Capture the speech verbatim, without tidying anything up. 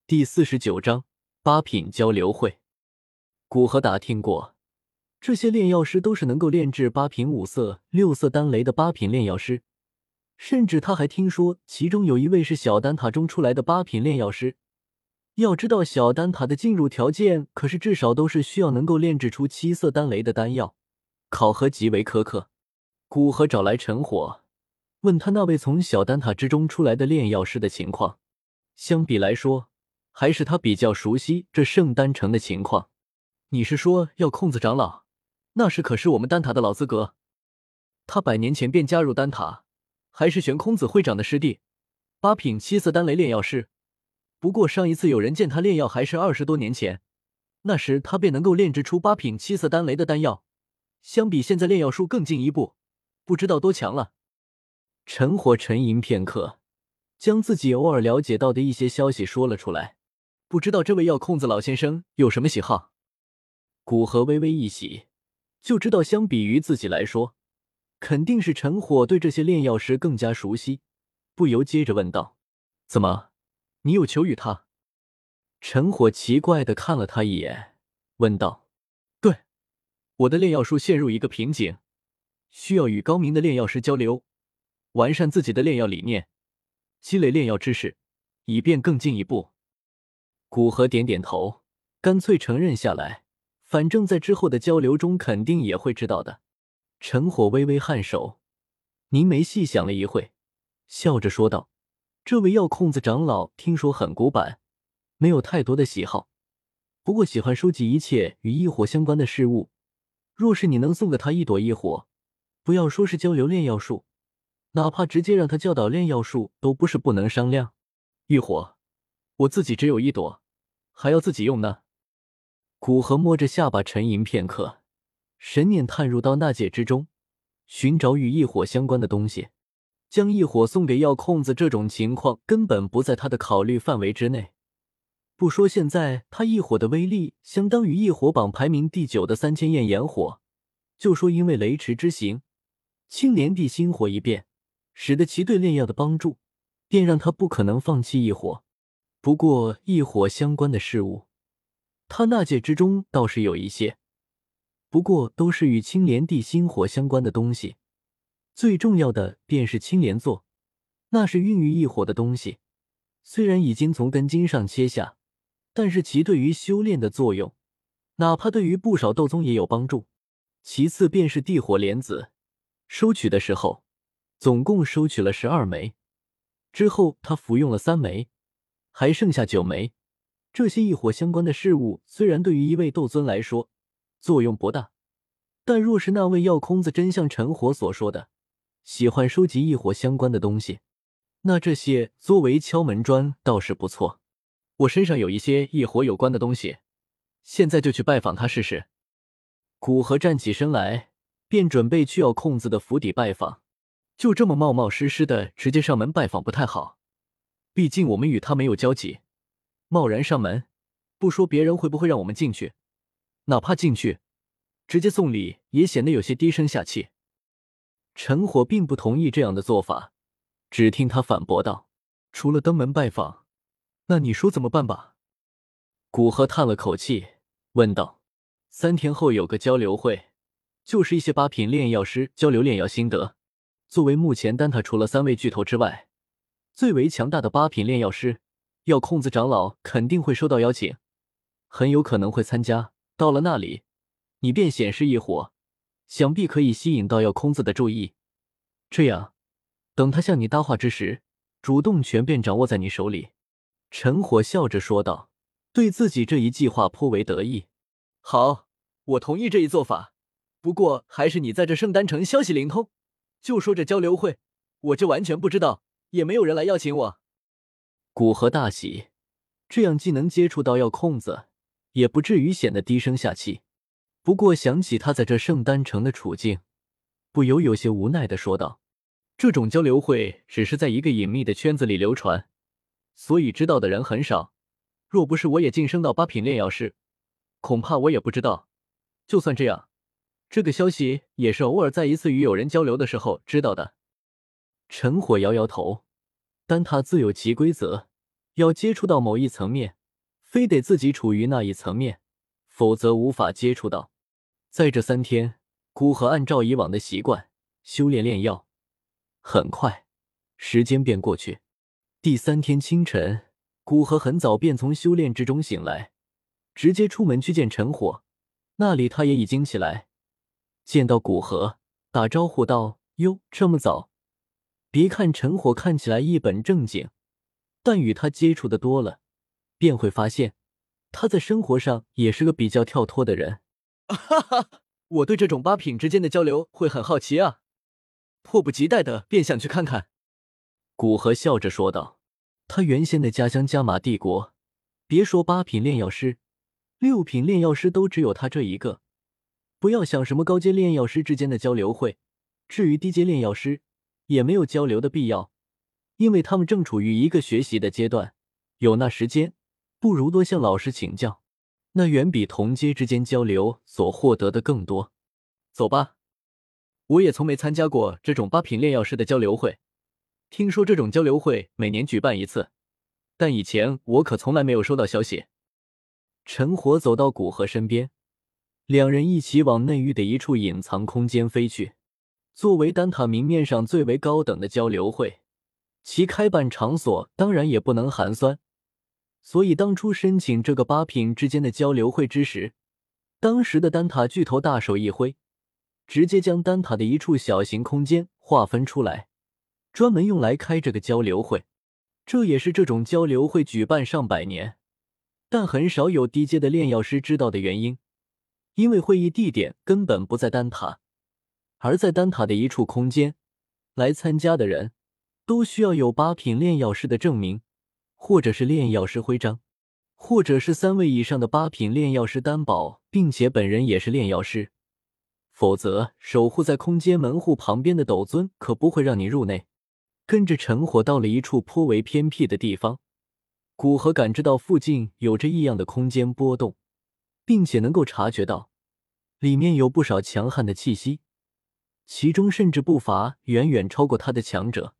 第四十九章八品交流会。古河打听过，这些炼药师都是能够炼制八品五色、六色丹雷的八品炼药师，甚至他还听说其中有一位是小丹塔中出来的八品炼药师。要知道小丹塔的进入条件可是至少都是需要能够炼制出七色丹雷的丹药，考核极为苛刻。古河找来陈火，问他那位从小丹塔之中出来的炼药师的情况。相比来说，还是他比较熟悉这圣丹城的情况。你是说药空子长老？那是可是我们丹塔的老资格，他百年前便加入丹塔，还是玄空子会长的师弟，八品七色丹雷炼药师。不过上一次有人见他炼药还是二十多年前，那时他便能够炼制出八品七色丹雷的丹药，相比现在炼药术更进一步，不知道多强了。陈火沉吟片刻，将自己偶尔了解到的一些消息说了出来。不知道这位药空子老先生有什么喜好？古河微微一喜，就知道相比于自己来说，肯定是陈火对这些炼药师更加熟悉，不由接着问道：怎么，你有求于他？陈火奇怪地看了他一眼，问道：对，我的炼药术陷入一个瓶颈，需要与高明的炼药师交流，完善自己的炼药理念，积累炼药知识，以便更进一步。古河点点头，干脆承认下来，反正在之后的交流中肯定也会知道的。陈火微微颔首，凝眉细想了一会，笑着说道：这位药空子长老听说很古板，没有太多的喜好，不过喜欢收集一切与异火相关的事物。若是你能送给他一朵异火，不要说是交流炼药术，哪怕直接让他教导炼药术都不是不能商量。异火，我自己只有一朵，还要自己用呢。古河摸着下巴沉吟片刻，神念探入到纳戒之中，寻找与异火相关的东西。将异火送给药空子这种情况根本不在他的考虑范围之内。不说现在他异火的威力相当于异火榜排名第九的三千焰炎火，就说因为雷池之行，青莲地心火一变，使得其对炼药的帮助，便让他不可能放弃异火。不过异火相关的事物，他纳戒之中倒是有一些，不过都是与青莲地心火相关的东西。最重要的便是青莲座，那是孕育异火的东西，虽然已经从根茎上切下，但是其对于修炼的作用，哪怕对于不少斗宗也有帮助。其次便是地火莲子，收取的时候总共收取了十二枚，之后他服用了三枚，还剩下九枚。这些异火相关的事物虽然对于一位斗尊来说作用不大，但若是那位药空子真像陈火所说的喜欢收集异火相关的东西，那这些作为敲门砖倒是不错。我身上有一些异火有关的东西，现在就去拜访他试试。古河站起身来，便准备去药空子的府邸拜访。就这么冒冒失失的直接上门拜访不太好，毕竟我们与他没有交集，贸然上门，不说别人会不会让我们进去，哪怕进去直接送礼也显得有些低声下气。陈火并不同意这样的做法，只听他反驳道：除了登门拜访，那你说怎么办吧？古河叹了口气，问道：三天后有个交流会，就是一些八品炼药师交流炼药心得。作为目前丹塔除了三位巨头之外最为强大的八品炼药师，药空子长老肯定会收到邀请，很有可能会参加。到了那里，你便显示异火，想必可以吸引到药空子的注意，这样等他向你搭话之时，主动权便掌握在你手里。陈火笑着说道，对自己这一计划颇为得意。好，我同意这一做法，不过还是你在这圣丹城消息灵通，就说这交流会，我这完全不知道，也没有人来邀请我。古河大喜，这样既能接触到药空子，也不至于显得低声下气。不过想起他在这圣丹城的处境，不由有些无奈地说道：这种交流会只是在一个隐秘的圈子里流传，所以知道的人很少。若不是我也晋升到八品炼药师，恐怕我也不知道。就算这样，这个消息也是偶尔在一次与友人交流的时候知道的。陈火摇摇头，丹塔自有其规则，要接触到某一层面， 非得自己处于那一层面，否则无法接触到。在这三天，古河按照以往的习惯修炼炼药，很快时间便过去。第三天清晨，古河很早便从修炼之中醒来，直接出门去见陈火。那里他也已经起来，见到古河，打招呼道：“哟，这么早？”别看陈火看起来一本正经，但与他接触的多了，便会发现他在生活上也是个比较跳脱的人。哈哈，我对这种八品之间的交流会很好奇啊，迫不及待的便想去看看。古河笑着说道。他原先的家乡加玛帝国，别说八品炼药师，六品炼药师都只有他这一个。不要想什么高阶炼药师之间的交流会，至于低阶炼药师，也没有交流的必要，因为他们正处于一个学习的阶段，有那时间，不如多向老师请教，那远比同阶之间交流所获得的更多。走吧，我也从没参加过这种八品炼药师的交流会，听说这种交流会每年举办一次，但以前我可从来没有收到消息。陈火走到古河身边，两人一起往内域的一处隐藏空间飞去。作为丹塔明面上最为高等的交流会，其开办场所当然也不能寒酸，所以当初申请这个八品之间的交流会之时，当时的丹塔巨头大手一挥，直接将丹塔的一处小型空间划分出来，专门用来开这个交流会。这也是这种交流会举办上百年，但很少有低阶的炼药师知道的原因，因为会议地点根本不在丹塔，而在丹塔的一处空间，来参加的人都需要有八品炼药师的证明，或者是炼药师徽章，或者是三位以上的八品炼药师担保，并且本人也是炼药师，否则守护在空间门户旁边的斗尊可不会让你入内。跟着陈火到了一处颇为偏僻的地方，古河感知到附近有着异样的空间波动，并且能够察觉到里面有不少强悍的气息，其中甚至不乏远远超过他的强者。